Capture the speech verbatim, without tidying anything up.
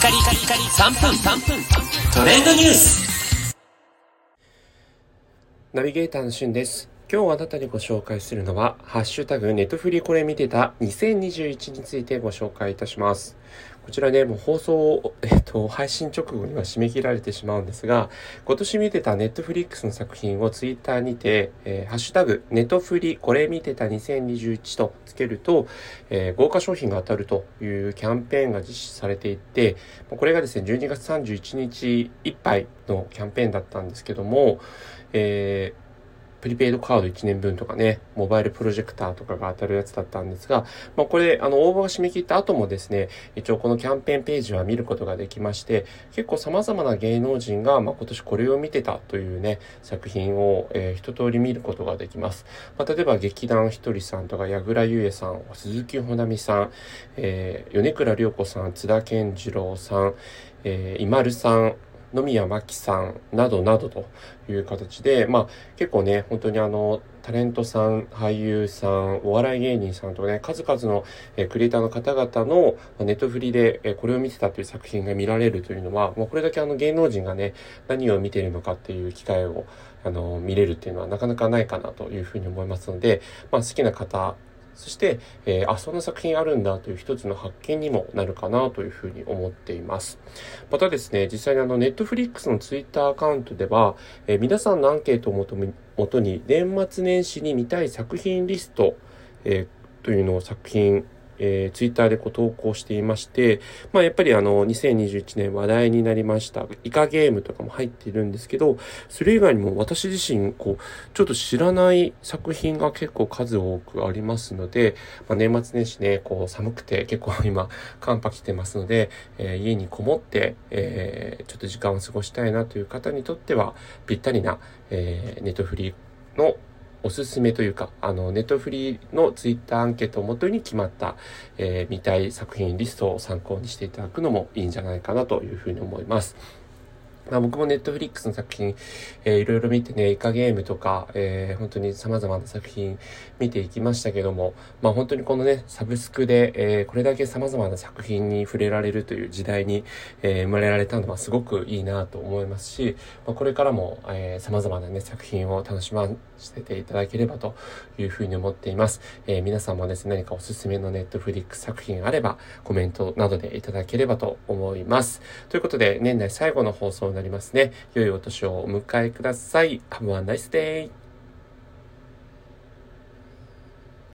カリカリカリさんぷんさんぷんトレンドニュース。 ナビゲーターのしゅんです。今日あなたにご紹介するのはハッシュタグネットフリこれ見てたにせんにじゅういちについてご紹介いたします。こちらね、もう放送、えっと、配信直後には締め切られてしまうんですが、今年見てたネットフリックスの作品をツイッターにて、えー、ハッシュタグネットフリこれ見てたにせんにじゅういちとつけると、えー、豪華商品が当たるというキャンペーンが実施されていて、これがですね、じゅうにがつさんじゅういちにちいっぱいのキャンペーンだったんですけども、えープリペイドカードいちねんぶんとかね、モバイルプロジェクターとかが当たるやつだったんですが、まあこれ、あの、応募が締め切った後もですね、一応このキャンペーンページは見ることができまして、結構様々な芸能人が、まあ今年これを見てたというね、作品を、えー、一通り見ることができます。まあ例えば劇団ひとりさんとか、矢倉優恵さん、鈴木保奈美さん、えー、米倉涼子さん、津田健次郎さん、えー、今るさん、野宮真紀さんなどなどという形で、まあ結構ね、本当にあの、タレントさん、俳優さん、お笑い芸人さんとかね、数々の、えー、クリエイターの方々の、まあ、ネットフリで、えー、これを見てたという作品が見られるというのは、もうこれだけあの芸能人がね、何を見ているのかっていう機会をあの見れるっていうのはなかなかないかなというふうに思いますので、まあ好きな方、そして、えー、あ、そんな作品あるんだという一つの発見にもなるかなというふうに思っています。またですね、実際にあの、ネットフリックスのツイッターアカウントでは、えー、皆さんのアンケートをもとに、もとに年末年始に見たい作品リスト、えー、というのを作品、えー、ツイッターでこう投稿していまして、まあやっぱりあのにせんにじゅういちねん話題になりましたイカゲームとかも入っているんですけど、それ以外にも私自身こうちょっと知らない作品が結構数多くありますので、まあ、年末年始ねこう寒くて結構今寒波来てますので、えー、家にこもって、えー、ちょっと時間を過ごしたいなという方にとってはぴったりな、えー、ネットフリのおすすめというか、あの、ネットフリのツイッターアンケートをもとに決まった、えー、見たい作品リストを参考にしていただくのもいいんじゃないかなというふうに思います。まあ、僕もネットフリックスの作品、えー、いろいろ見てね、イカゲームとか、えー、本当に様々な作品見ていきましたけども、まあ本当にこのね、サブスクで、えー、これだけ様々な作品に触れられるという時代に、えー、生まれられたのはすごくいいなと思いますし、まあ、これからも、えー、様々なね、作品を楽しませていただければというふうに思っています。えー、皆さんもですね、何かおすすめのネットフリックス作品あれば、コメントなどでいただければと思います。ということで、年内最後の放送になりますね。良いお年をお迎えください。Have a nice day!